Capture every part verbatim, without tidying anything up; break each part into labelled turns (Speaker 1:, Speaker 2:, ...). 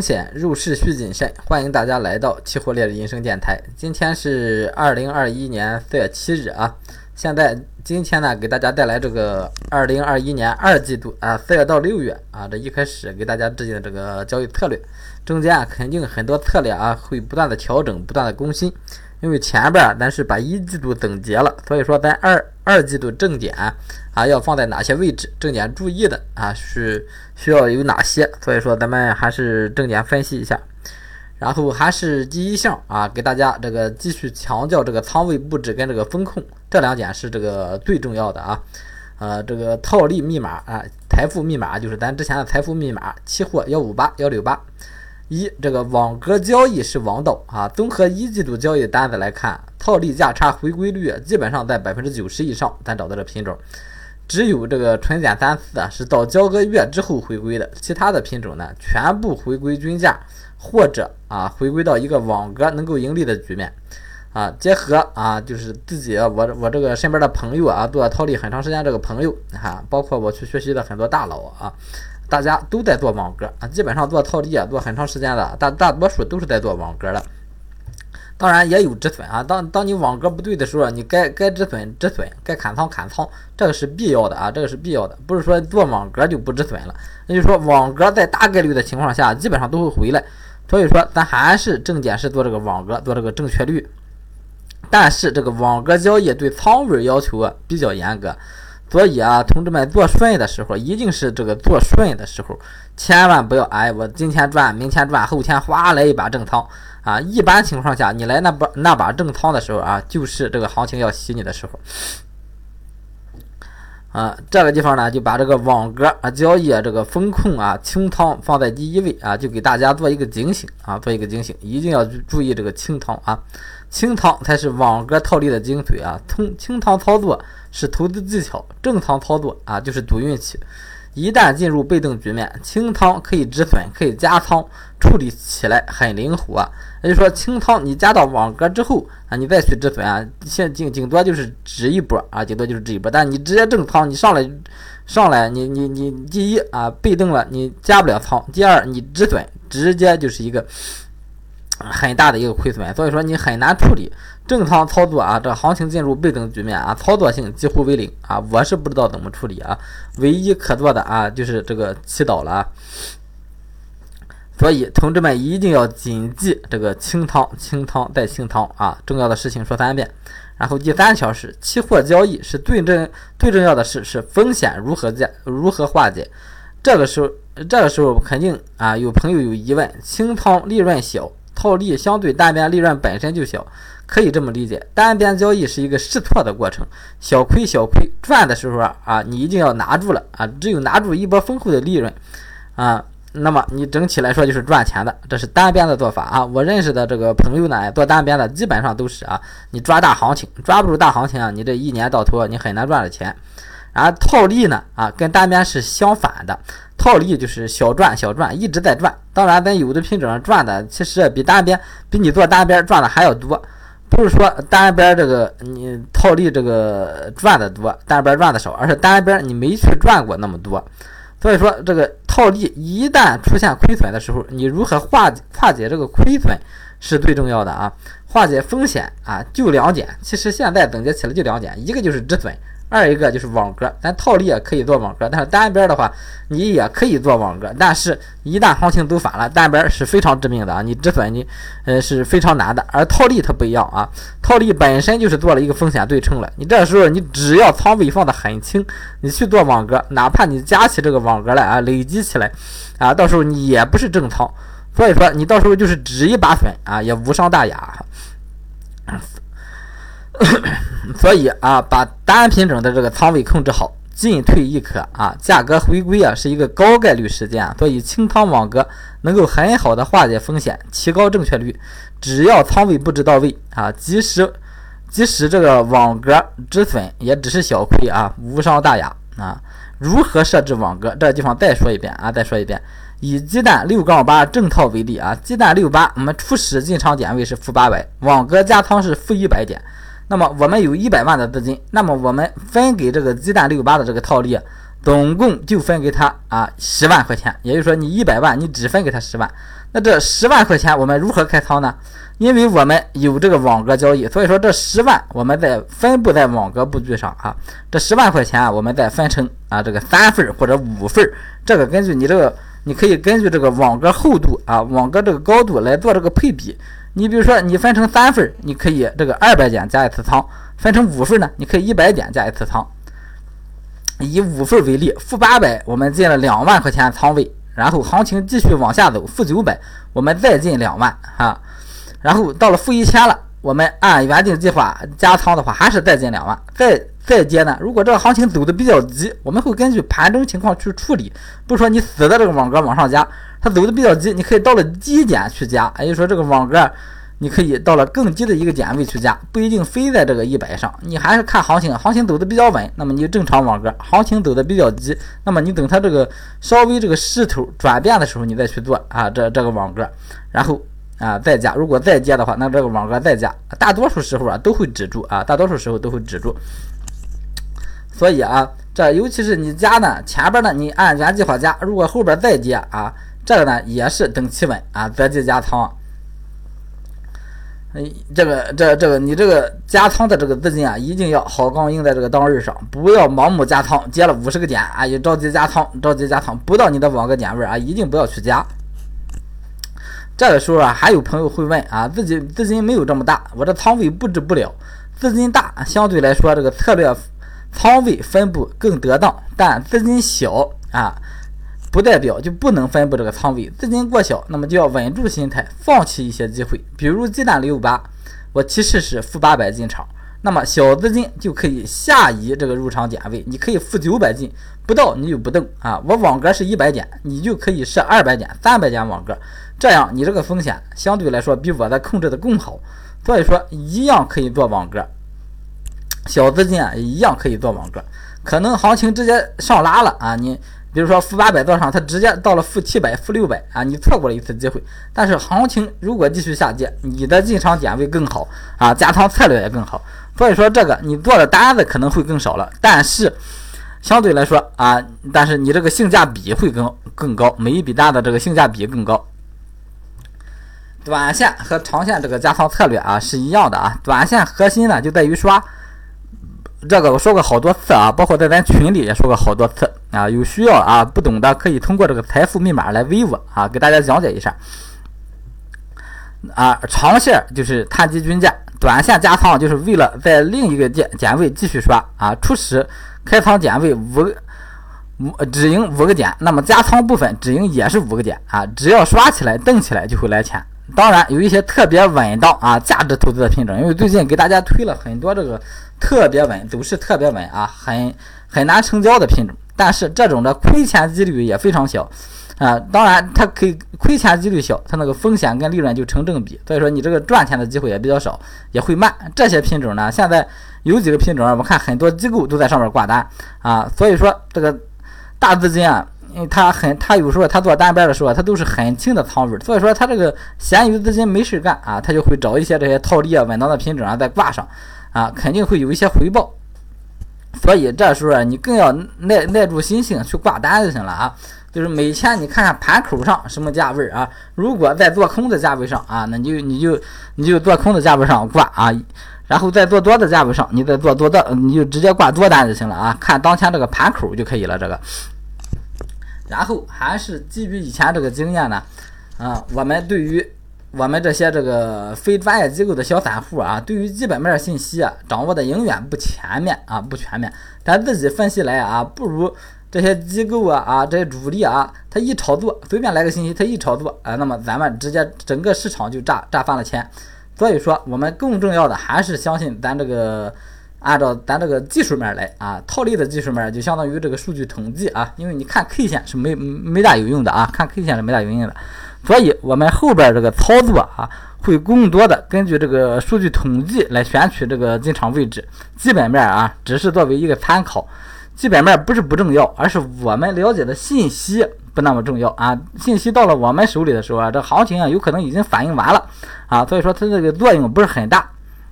Speaker 1: 险入市需谨慎，欢迎大家来到期货猎人人生电台。今天是二零二一年四月七日啊。现在今天呢，给大家带来这个二零二一年二季度啊，四月到六月啊，这一开始给大家制定的这个交易策略，中间啊肯定很多策略啊会不断的调整，不断的更新。因为前边咱是把一季度总结了，所以说咱二二季度正点啊要放在哪些位置，正点注意的啊是需要有哪些，所以说咱们还是正点分析一下。然后还是第一项啊，给大家这个继续强调这个仓位布置跟这个风控这两点是这个最重要的啊。呃，这个套利密码啊，财富密码就是咱之前的财富密码，期货一五八一六八。一这个网格交易是王道啊！综合一季度交易单子来看，套利价差回归率基本上在百分之九十以上，咱找到这品种。只有这个纯碱三四啊是到交割月之后回归的，其他的品种呢全部回归均价，或者啊回归到一个网格能够盈利的局面啊。结合啊就是自己我我这个身边的朋友啊做套利很长时间，这个朋友啊包括我去学习的很多大佬啊。大家都在做网格啊，基本上做套利啊，做很长时间的，大大多数都是在做网格的。当然也有止损啊，当当你网格不对的时候，你该该止损止损，该砍仓砍仓，这个是必要的啊，这个是必要的，不是说做网格就不止损了。那就是说网格在大概率的情况下，基本上都会回来。所以说咱还是正点是做这个网格，做这个正确率。但是这个网格交易对仓位要求啊比较严格。所以啊，同志们做顺的时候，一定是这个做顺的时候，千万不要哎，我今天赚，明天赚，后天哗来一把正仓啊！一般情况下，你来那把那把正仓的时候啊，就是这个行情要洗你的时候啊。这个地方呢，就把这个网格啊交易啊这个风控啊清仓放在第一位啊，就给大家做一个警醒啊，做一个警醒，一定要注意这个清仓啊，清仓才是网格套利的精髓啊，从清仓操作。是投资技巧，正仓操作啊就是赌运气。一旦进入被动局面，清仓可以止损，可以加仓，处理起来很灵活啊。也就是说，清仓你加到网格之后啊，你再去止损啊，现顶顶多就是止一波啊，顶多就是止一波。但你直接正仓，你上来上来，你你你第一啊被动了，你加不了仓；第二，你止损，直接就是一个很大的一个亏损，所以说你很难处理。正仓操作啊，这行情进入被动局面啊，操作性几乎为零啊，我是不知道怎么处理啊，唯一可做的啊就是这个祈祷了啊。所以同志们一定要谨记这个清仓、清仓再清仓啊，重要的事情说三遍。然后第三条是期货交易是最正最重要的是是风险如何解如何化解。这个时候这个时候肯定啊有朋友有疑问，清仓利润小，套利相对单边利润本身就小。可以这么理解，单边交易是一个试错的过程，小亏小亏，赚的时候啊啊，你一定要拿住了啊，只有拿住一波丰厚的利润啊，那么你整体来说就是赚钱的，这是单边的做法啊。我认识的这个朋友呢，做单边的基本上都是啊，你抓大行情，抓不住大行情啊，你这一年到头你很难赚的钱。然后套利呢啊，跟单边是相反的，套利就是小赚小赚，一直在赚。当然，咱有的品种赚的其实比单边比你做单边赚的还要多。不是说单边这个你套利这个赚的多，单边赚的少，而是单边你没去赚过那么多。所以说这个套利一旦出现亏损的时候，你如何化解化解这个亏损是最重要的啊。化解风险啊就两点，其实现在总结起来就两点，一个就是止损，二一个就是网格。咱套利也可以做网格，但是单边的话你也可以做网格，但是一旦行情都反了，单边是非常致命的啊，你止损你呃是非常难的。而套利它不一样啊，套利本身就是做了一个风险对称了，你这时候你只要仓位放得很轻，你去做网格，哪怕你加起这个网格来啊，累积起来啊，到时候你也不是正仓，所以说你到时候就是止一把损啊，也无伤大雅。所以啊，把单品种的这个仓位控制好，进退亦可啊，价格回归啊是一个高概率事件，所以清仓网格能够很好的化解风险，提高正确率。只要仓位布置到位啊，即使即使这个网格止损也只是小亏啊，无伤大雅啊。如何设置网格？这个地方再说一遍啊，再说一遍。以鸡蛋六杠八正套为例啊，鸡蛋六八，我们初始进场点位是负八百，网格加仓是负一百点。那么我们有一百万的资金，那么我们分给这个鸡蛋六八的这个套利，总共就分给他啊十万块钱，也就是说你一百万你只分给他十万， 那这十万块钱我们如何开仓呢？因为我们有这个网格交易，所以说这十万我们再分布在网格布局上啊。这十万块钱啊，我们再分成啊这个三份或者五份，这个根据你这个，你可以根据这个网格厚度啊，网格这个高度来做这个配比。你比如说你分成三份，你可以这个二百点加一次仓；分成五份呢，你可以一百点加一次仓。以五份为例，负八百我们进了两万块钱的仓位，然后行情继续往下走，负九百我们再进两万哈。然后到了负一千了，我们按原定计划加仓的话，还是再进两万，再再接呢。如果这个行情走的比较急，我们会根据盘中情况去处理。不是说你死的这个网格往上加，它走的比较急，你可以到了低点去加，也就是说这个网格你可以到了更低的一个点位去加，不一定非在这个一百上，你还是看行情，行情走的比较稳，那么你就正常网格；行情走的比较急，那么你等它这个稍微这个势头转变的时候，你再去做啊这这个网格，然后。啊，再加，如果再接的话，那这个网格再加，大多数时候啊都会止住啊，大多数时候都会止住。所以啊，这尤其是你加呢，前边呢你按原计划加，如果后边再接啊，这个呢也是等企稳啊，择机加仓。嗯，这个这这个你这个加仓的这个资金啊，一定要好钢用在这个当日上，不要盲目加仓，接了五十个点啊，也着急加仓，着急加仓，不到你的网格点位啊，一定不要去加。这个时候啊，还有朋友会问啊，自己资金没有这么大，我这仓位布置不了。资金大相对来说，这个策略仓位分布更得当，但资金小啊，不代表就不能分布这个仓位。资金过小，那么就要稳住心态，放弃一些机会。比如鸡蛋六八，我其实是负八百进场，那么小资金就可以下移这个入场点位，你可以负九百进，不到你就不动啊。我网格是一百点，你就可以设二百点、三百点网格。这样你这个风险相对来说比我在控制的更好，所以说一样可以做网格，小资金啊一样可以做网格。可能行情直接上拉了啊，你比如说负八百做上，它直接到了负七百、负六百啊，你错过了一次机会。但是行情如果继续下跌，你的进场点位更好啊，加仓策略也更好，所以说这个你做的单子可能会更少了，但是相对来说啊，但是你这个性价比会更更高，每一笔单的这个性价比更高。短线和长线这个加仓策略啊是一样的啊，短线核心呢就在于刷，这个我说过好多次啊，包括在咱群里也说过好多次啊，有需要啊不懂的可以通过这个财富密码来微我啊，给大家讲解一下。啊，长线就是探基均价，短线加仓就是为了在另一个点点位继续刷啊，初始开仓点位五个。五止盈五个点，那么加仓部分止盈也是五个点啊，只要刷起来蹬起来就会来钱。当然有一些特别稳当啊价值投资的品种，因为最近给大家推了很多这个特别稳走势特别稳啊很很难成交的品种，但是这种的亏钱几率也非常小啊，当然它可以亏钱几率小，它那个风险跟利润就成正比，所以说你这个赚钱的机会也比较少，也会慢。这些品种呢，现在有几个品种我看很多机构都在上面挂单啊，所以说这个大资金啊，因为他很他有时候他做单边的时候他都是很轻的仓位，所以说他这个闲余资金没事干啊，他就会找一些这些套利啊稳当的品种啊再挂上啊，肯定会有一些回报。所以这时候啊，你更要耐耐住心性去挂单就行了啊。就是每天你看看盘口上什么价位啊，如果在做空的价位上啊，那你就你就你就做空的价位上挂啊。然后在做多的价位上，你再做多的，你就直接挂多单就行了啊，看当前这个盘口就可以了。这个，然后还是基于以前这个经验呢，啊，我们对于我们这些这个非专业机构的小散户啊，对于基本面信息啊掌握的永远不全面啊，不全面，咱自己分析来啊，不如这些机构啊啊这些主力啊，他一炒作随便来个信息，他一炒作啊，那么咱们直接整个市场就炸炸翻了钱。所以说我们更重要的还是相信咱这个按照咱这个技术面来啊，套利的技术面就相当于这个数据统计啊，因为你看 K 线是没没大有用的啊，看 K 线是没大有用的，所以我们后边这个操作啊会更多的根据这个数据统计来选取这个进场位置，基本面啊只是作为一个参考，基本面不是不重要，而是我们了解的信息不那么重要啊，信息到了我们手里的时候啊，这行情啊有可能已经反应完了啊，所以说它这个作用不是很大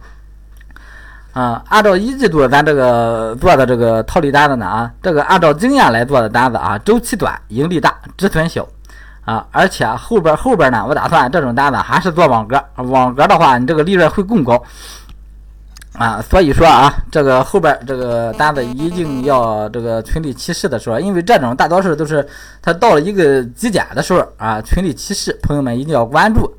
Speaker 1: 啊。按照一季度咱这个做的这个套利单子呢啊，这个按照经验来做的单子啊，周期短，盈利大，止损小啊，而且后边后边呢，我打算这种单子还是做网格，网格的话，你这个利润会更高啊。所以说啊，这个后边这个单子一定要这个群里起势的时候，因为这种大多数都是它到了一个极简的时候啊，群里起势，朋友们一定要关注。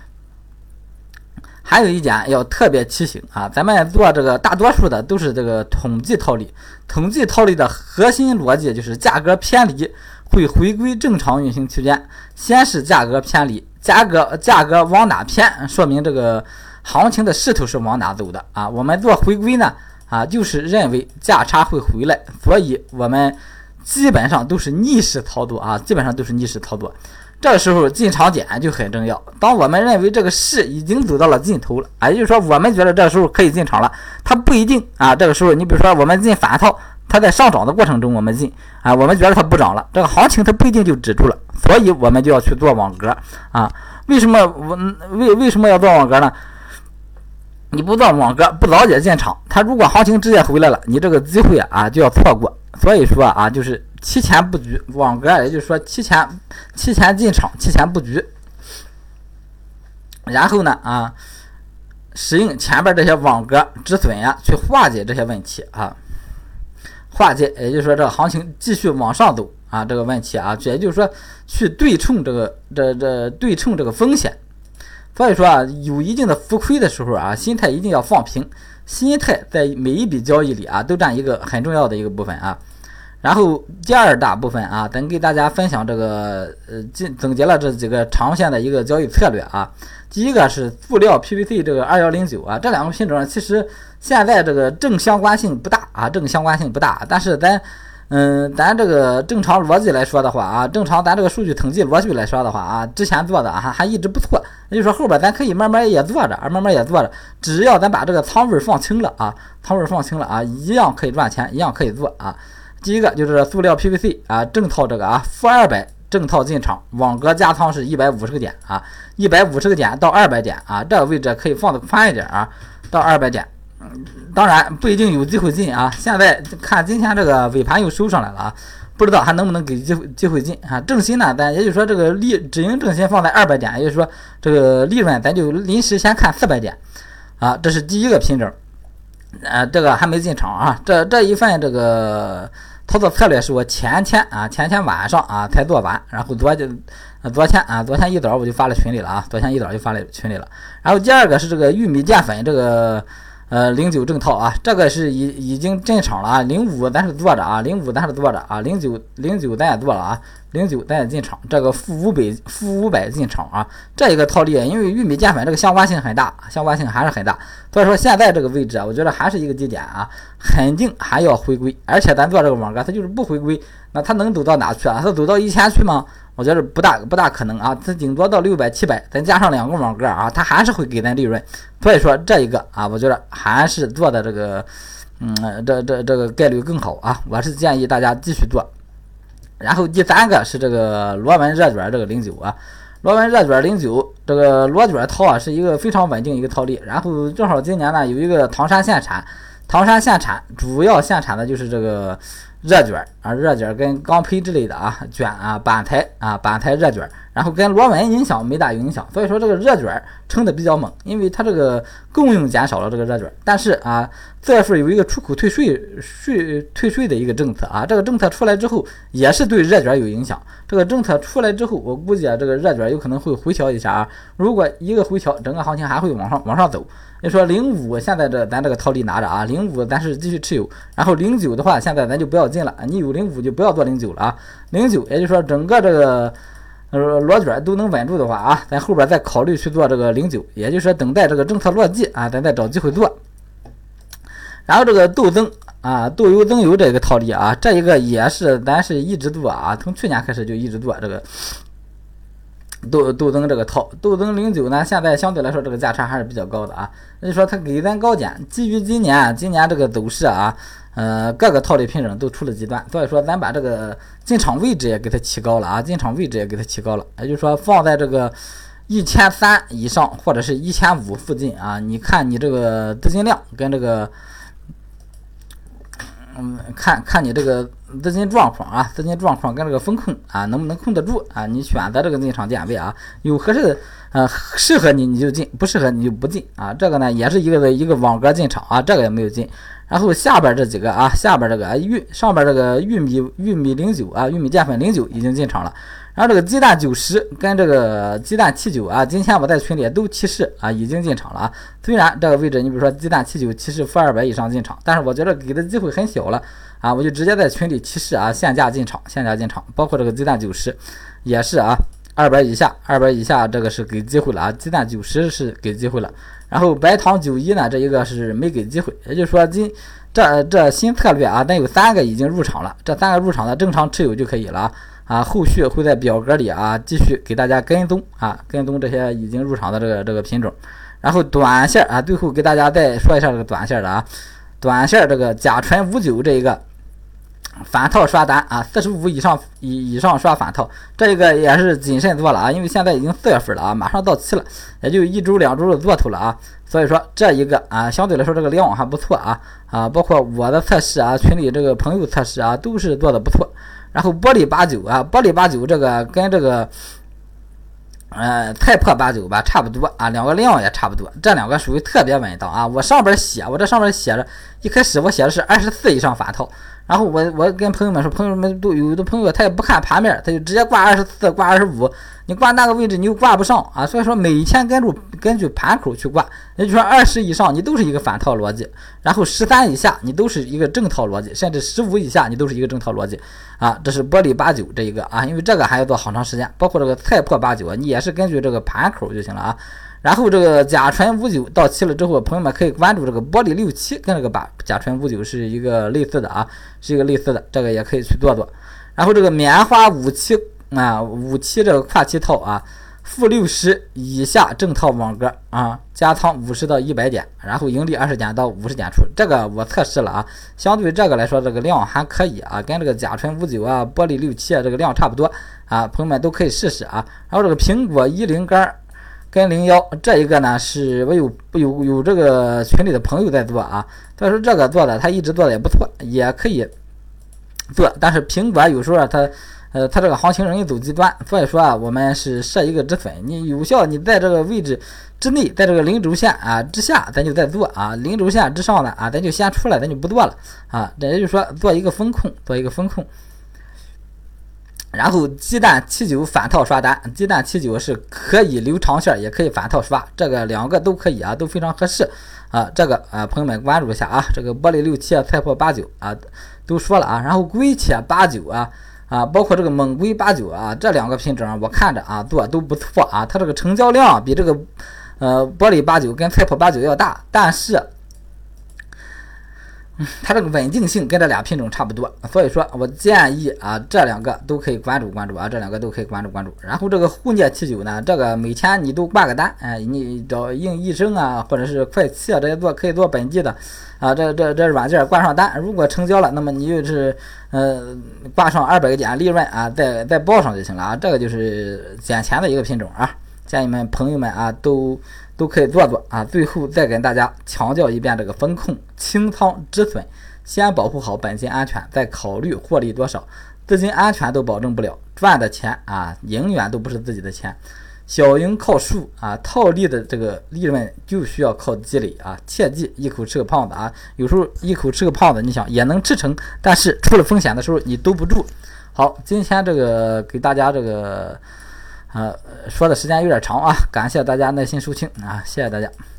Speaker 1: 还有一点要特别提醒啊，咱们做这个大多数的都是这个统计套利，统计套利的核心逻辑就是价格偏离会回归正常运行区间，先是价格偏离，价格价格往哪偏，说明这个行情的势头是往哪走的啊。我们做回归呢啊，就是认为价差会回来，所以我们基本上都是逆势操作啊，基本上都是逆势操作。这个时候进场点就很重要。当我们认为这个势已经走到了尽头了，啊，也就是说我们觉得这个时候可以进场了，它不一定啊。这个时候你比如说我们进反套，它在上涨的过程中我们进啊，我们觉得它不涨了，这个行情它不一定就止住了，所以我们就要去做网格啊。为什么我为为什么要做网格呢？你不做网格，不早点进场，它如果行情直接回来了，你这个机会啊就要错过。所以说啊，就是提前布局网格，也就是说提前提前进场，提前布局，然后呢啊，使用前边这些网格止损呀，去化解这些问题啊，化解，也就是说这个行情继续往上走啊，这个问题啊，也就是说去对冲这个这这对冲这个风险。所以说啊，有一定的浮亏的时候啊，心态一定要放平，心态在每一笔交易里啊，都占一个很重要的一个部分啊。然后第二大部分啊，咱给大家分享这个呃，总结了这几个长线的一个交易策略啊。第一个是塑料 P V C 这个二一零九啊，这两个品种其实现在这个正相关性不大啊，正相关性不大，但是咱嗯，咱这个正常逻辑来说的话啊，正常咱这个数据统计逻辑来说的话啊，之前做的还还一直不错，也就是说后边咱可以慢慢也做着，啊，慢慢也做着，只要咱把这个仓位放轻了啊，仓位放轻了啊，一样可以赚钱，一样可以做啊。第一个就是塑料 P V C 啊，正套这个啊，负二百正套进场，网格加仓是一百五十个点啊，一百五十个点到二百点啊，这个位置可以放的宽一点啊，到二百点。当然不一定有机会进啊，现在看今天这个尾盘又收上来了啊，不知道还能不能给机会机会进啊。正新呢，咱也就是说这个利止盈正新放在二百点，也就是说这个利润咱就临时先看四百点啊，这是第一个品种，呃，这个还没进场啊。这这一份这个操作策略是我前天啊前天晚上啊才做完，然后昨天昨天啊昨天一早我就发了群里了啊，昨天一早就发了群里了。然后第二个是这个玉米淀粉这个。呃，零九正套啊，这个是已已经进场了啊，零五咱是做着啊，零五咱是做着啊，零九零九咱也做了啊，零九咱也进场，这个负五百负五百进场啊，这一个套利，因为玉米淀粉这个相关性很大，相关性还是很大，所以说现在这个位置啊，我觉得还是一个低点啊，肯定还要回归，而且咱做这个网格，它就是不回归，那它能走到哪去啊？它走到一千去吗？我觉得不大不大可能啊，它顶多到六百七百，再加上两个网格啊，它还是会给咱利润。所以说这一个啊，我觉得还是做的这个，嗯，这这这个概率更好啊。我是建议大家继续做。然后第三个是这个螺纹热卷这个零九啊，螺纹热卷零九这个螺卷套啊是一个非常稳定一个套利。然后正好今年呢有一个唐山限产，唐山限产主要限产的就是这个。热卷啊，热卷跟钢坯之类的啊，卷啊，板材啊，板材热卷，然后跟螺纹影响没大影响，所以说这个热卷撑的比较猛，因为它这个供应减少了这个热卷，但是啊，这月份有一个出口退税税退税的一个政策啊，这个政策出来之后也是对热卷有影响，这个政策出来之后，我估计啊，这个热卷有可能会回调一下啊，如果一个回调，整个行情还会往上往上走。你说零五现在这咱这个套利拿着啊，零五咱是继续持有，然后零九的话现在咱就不要进了，你有零五就不要做零九了啊，零九也就是说整个这个呃螺卷都能稳住的话啊，咱后边再考虑去做这个零九，也就是说等待这个政策落地啊，咱再找机会做。然后这个豆增啊，豆油增油这个套利啊，这一个也是咱是一直做啊，从去年开始就一直做这个。豆豆增这个套豆增零九呢，现在相对来说这个价差还是比较高的啊。那就说它给咱高点，基于今年今年这个走势啊，呃，各个套利品种都出了极端，所以说咱把这个进场位置也给它提高了啊，进场位置也给它提高了，也就是说放在这个一千三以上或者是一千五附近啊。你看你这个资金量跟这个。嗯，看看你这个资金状况啊，资金状况跟这个风控啊能不能控得住啊？你选择这个进场点位啊，有合适的呃适合你你就进，不适合你就不进啊。这个呢也是一个的一个网格进场啊，这个也没有进。然后下边这几个啊，下边这个玉上边这个玉米玉米零九啊，玉米淀粉零九已经进场了。然后这个鸡蛋九十跟这个鸡蛋七九啊，今天我在群里都提示啊，已经进场了啊。虽然这个位置你比如说鸡蛋七九其实负二百以上进场，但是我觉得给的机会很小了啊，我就直接在群里提示啊，限价进场，限价进场，包括这个鸡蛋九十也是啊，二百以下，二百以下这个是给机会了啊，鸡蛋九十是给机会了。然后白糖九一呢，这一个是没给机会，也就是说今这这新策略啊，但有三个已经入场了，这三个入场的正常持有就可以了啊。啊，后续会在表格里啊继续给大家跟踪啊，跟踪这些已经入场的这个这个品种。然后短线啊，最后给大家再说一下这个短线的啊，短线这个甲醇五九这一个反套刷单啊，四十五以上以以上刷反套，这个也是谨慎做了啊，因为现在已经四月份了啊，马上到期了，也就一周两周的做头了啊，所以说这一个啊，相对来说这个量还不错啊啊，包括我的测试啊，群里这个朋友测试啊，都是做的不错。然后玻璃八九啊，玻璃八九这个跟这个呃菜粕八九吧差不多啊，两个量也差不多，这两个属于特别稳当啊。我上边写，我这上边写着，一开始我写的是二十四以上反套，然后我我跟朋友们说，朋友们都有的朋友他也不看盘面，他就直接挂二十四，挂二十五，你挂那个位置你又挂不上啊，所以说每天根据根据盘口去挂，也就是说二十以上你都是一个反套逻辑，然后十三以下你都是一个正套逻辑，甚至十五以下你都是一个正套逻辑啊。这是玻璃八九这一个啊，因为这个还要做好长时间，包括这个菜粕八九，你也是根据这个盘口就行了啊。然后这个甲醇五九到期了之后，朋友们可以关注这个玻璃六七，跟这个把甲醇五九是一个类似的啊，是一个类似的，这个也可以去做做。然后这个棉花五七啊，五七这个跨期套啊，负六十以下正套网格啊，加仓五十到一百点，然后盈利二十点到五十点出，这个我测试了啊，相对这个来说，这个量还可以啊，跟这个甲醇五九啊、玻璃六七啊这个量差不多啊，朋友们都可以试试啊。然后这个苹果一零杆跟零幺这一个呢，是我有有有这个群里的朋友在做啊，所以说这个做的他一直做的也不错，也可以做，但是苹果有时候啊它呃它这个行情容易走极端，所以说啊我们是设一个止损，你有效你在这个位置之内，在这个零轴线啊之下咱就再做啊，零轴线之上呢啊咱就先出来，咱就不做了啊，这也就是说做一个风控，做一个风控。然后鸡蛋七九反套刷单，鸡蛋七九是可以留长线，也可以反套刷，这个两个都可以啊，都非常合适啊。这个啊，朋友们关注一下啊。这个玻璃六七啊，菜粕八九啊，都说了啊。然后龟且八九啊啊，包括这个猛龟八九啊，这两个品种我看着啊做都不错啊。它这个成交量比这个呃玻璃八九跟菜粕八九要大，但是它这个稳定性跟这俩品种差不多，所以说我建议啊，这两个都可以关注关注啊，这两个都可以关注关注。然后这个沪镍七九呢，这个每天你都挂个单，哎，你找应益生啊，或者是快期啊这些做可以做本地的啊，这这这软件挂上单，如果成交了，那么你就是呃挂上二百个点利润啊，再再报上就行了啊，这个就是捡钱的一个品种啊，建议们朋友们啊都。都可以做做啊！最后再跟大家强调一遍，这个风控清仓止损，先保护好本金安全，再考虑获利多少，资金安全都保证不了，赚的钱啊，永远都不是自己的钱。小赢靠数啊，套利的这个利润就需要靠积累啊！切记一口吃个胖子啊！有时候一口吃个胖子，你想也能吃成，但是出了风险的时候你兜不住。好，今天这个给大家这个。呃，说的时间有点长啊，感谢大家耐心收听啊，谢谢大家。